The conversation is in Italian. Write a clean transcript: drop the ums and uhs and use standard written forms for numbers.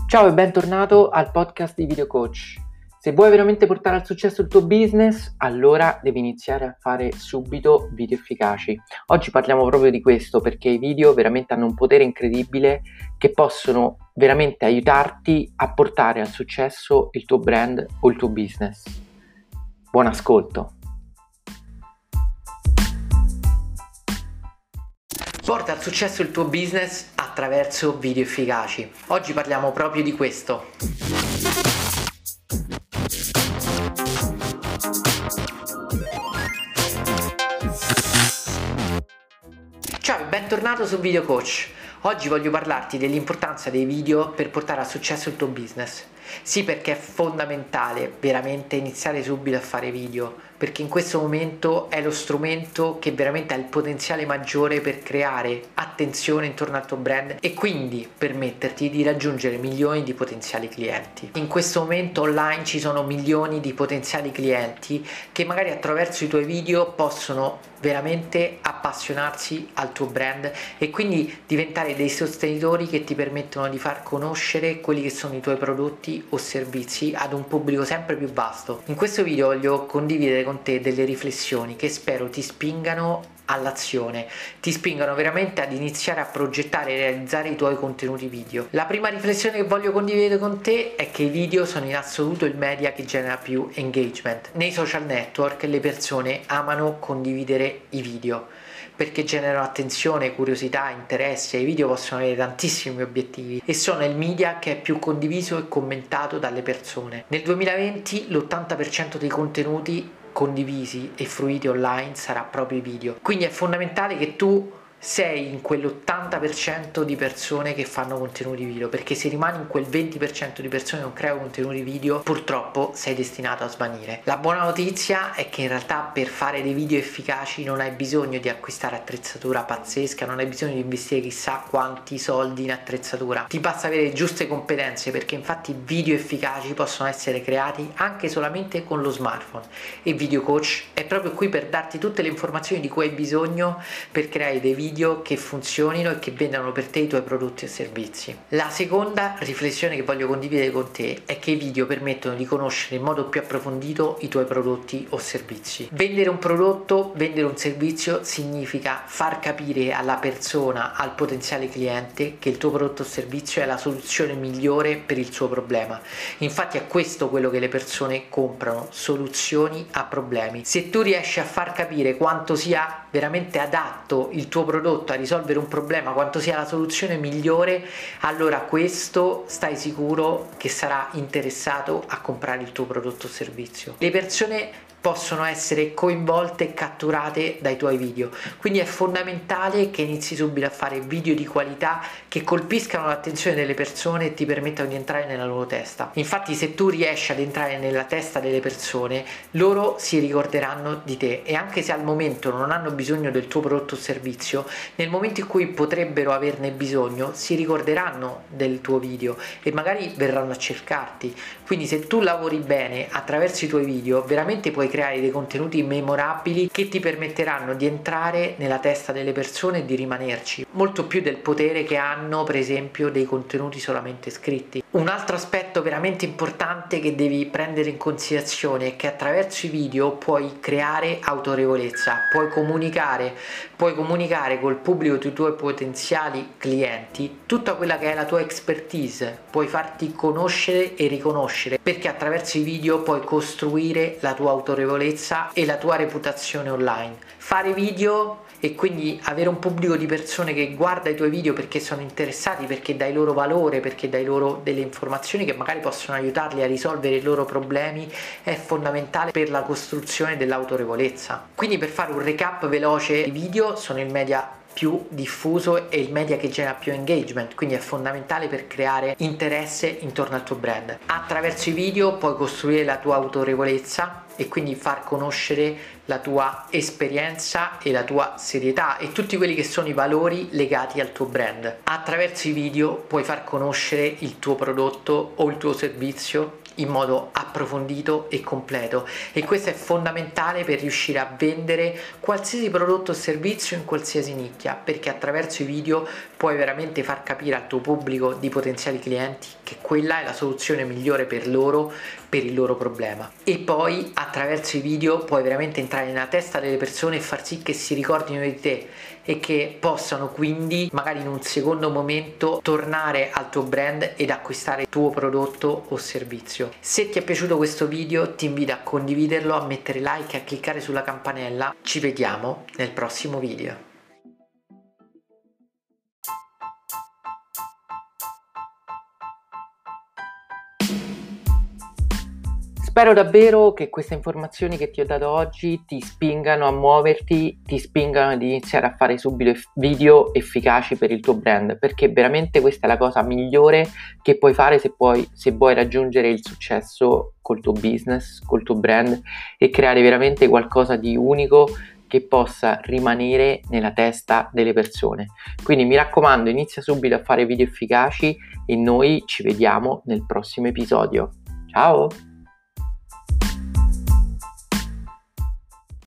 Ciao e bentornato al podcast di Video Coach. Se vuoi veramente portare al successo il tuo business, allora devi iniziare a fare subito video efficaci. Oggi parliamo proprio di questo, perché i video veramente hanno un potere incredibile che possono veramente aiutarti a portare al successo il tuo brand o il tuo business. Buon ascolto! Porta al successo il tuo business attraverso video efficaci. Oggi parliamo proprio di questo. Ciao e bentornato su Video Coach. Oggi voglio parlarti dell'importanza dei video per portare al successo il tuo business. Sì, perché è fondamentale veramente iniziare subito a fare video, perché in questo momento è lo strumento che veramente ha il potenziale maggiore per creare attenzione intorno al tuo brand e quindi permetterti di raggiungere milioni di potenziali clienti. In questo momento online ci sono milioni di potenziali clienti che magari attraverso i tuoi video possono veramente appassionarsi al tuo brand e quindi diventare dei sostenitori che ti permettono di far conoscere quelli che sono i tuoi prodotti o servizi ad un pubblico sempre più vasto. In questo video voglio condividere con te delle riflessioni che spero ti spingano all'azione, ti spingano veramente ad iniziare a progettare e realizzare i tuoi contenuti video. La prima riflessione che voglio condividere con te è che i video sono in assoluto il media che genera più engagement. Nei social network le persone amano condividere i video perché generano attenzione, curiosità, interesse. I video possono avere tantissimi obiettivi e sono il media che è più condiviso e commentato dalle persone. Nel 2020 l'80% dei contenuti condivisi e fruiti online sarà proprio i video. Quindi è fondamentale che tu sei in quell'80% di persone che fanno contenuti video, perché se rimani in quel 20% di persone che non creano contenuti video, purtroppo sei destinato a svanire. La buona notizia è che in realtà per fare dei video efficaci non hai bisogno di acquistare attrezzatura pazzesca, non hai bisogno di investire chissà quanti soldi in attrezzatura, ti basta avere le giuste competenze, perché infatti video efficaci possono essere creati anche solamente con lo smartphone e Video Coach è proprio qui per darti tutte le informazioni di cui hai bisogno per creare dei video che funzionino e che vendano per te i tuoi prodotti e servizi. La seconda riflessione che voglio condividere con te è che i video permettono di conoscere in modo più approfondito i tuoi prodotti o servizi. Vendere un prodotto, vendere un servizio significa far capire alla persona, al potenziale cliente, che il tuo prodotto o servizio è la soluzione migliore per il suo problema. Infatti è questo quello che le persone comprano, soluzioni a problemi. Se tu riesci a far capire quanto sia veramente adatto il tuo prodotto a risolvere un problema, quanto sia la soluzione migliore, allora questo stai sicuro che sarà interessato a comprare il tuo prodotto o servizio. Le persone possono essere coinvolte e catturate dai tuoi video, quindi è fondamentale che inizi subito a fare video di qualità che colpiscano l'attenzione delle persone e ti permettano di entrare nella loro testa. Infatti se tu riesci ad entrare nella testa delle persone, loro si ricorderanno di te e anche se al momento non hanno bisogno del tuo prodotto o servizio, nel momento in cui potrebbero averne bisogno si ricorderanno del tuo video e magari verranno a cercarti. Quindi se tu lavori bene attraverso i tuoi video, veramente puoi creare dei contenuti memorabili che ti permetteranno di entrare nella testa delle persone e di rimanerci, molto più del potere che hanno per esempio dei contenuti solamente scritti. Un altro aspetto veramente importante che devi prendere in considerazione è che attraverso i video puoi creare autorevolezza, puoi comunicare col pubblico dei tuoi potenziali clienti tutta quella che è la tua expertise, puoi farti conoscere e riconoscere, perché attraverso i video puoi costruire la tua autorevolezza e la tua reputazione online. Fare video e quindi avere un pubblico di persone che guarda i tuoi video perché sono interessati, perché dai loro valore, perché dai loro delle informazioni che magari possono aiutarli a risolvere i loro problemi, è fondamentale per la costruzione dell'autorevolezza. Quindi per fare un recap veloce, i video sono il media più diffuso e il media che genera più engagement, quindi è fondamentale per creare interesse intorno al tuo brand. Attraverso i video puoi costruire la tua autorevolezza e quindi far conoscere la tua esperienza e la tua serietà e tutti quelli che sono i valori legati al tuo brand. Attraverso i video puoi far conoscere il tuo prodotto o il tuo servizio in modo approfondito e completo, e questo è fondamentale per riuscire a vendere qualsiasi prodotto o servizio in qualsiasi nicchia, perché attraverso i video puoi veramente far capire al tuo pubblico di potenziali clienti che quella è la soluzione migliore per loro, per il loro problema. E poi attraverso i video puoi veramente entrare nella testa delle persone e far sì che si ricordino di te e che possano quindi magari in un secondo momento tornare al tuo brand ed acquistare il tuo prodotto o servizio. Se ti è piaciuto questo video ti invito a condividerlo, a mettere like e a cliccare sulla campanella. Ci vediamo nel prossimo video. Spero davvero che queste informazioni che ti ho dato oggi ti spingano a muoverti, ti spingano ad iniziare a fare subito video efficaci per il tuo brand, perché veramente questa è la cosa migliore che puoi fare se vuoi raggiungere il successo col tuo business, col tuo brand, e creare veramente qualcosa di unico che possa rimanere nella testa delle persone. Quindi mi raccomando, inizia subito a fare video efficaci e noi ci vediamo nel prossimo episodio. Ciao!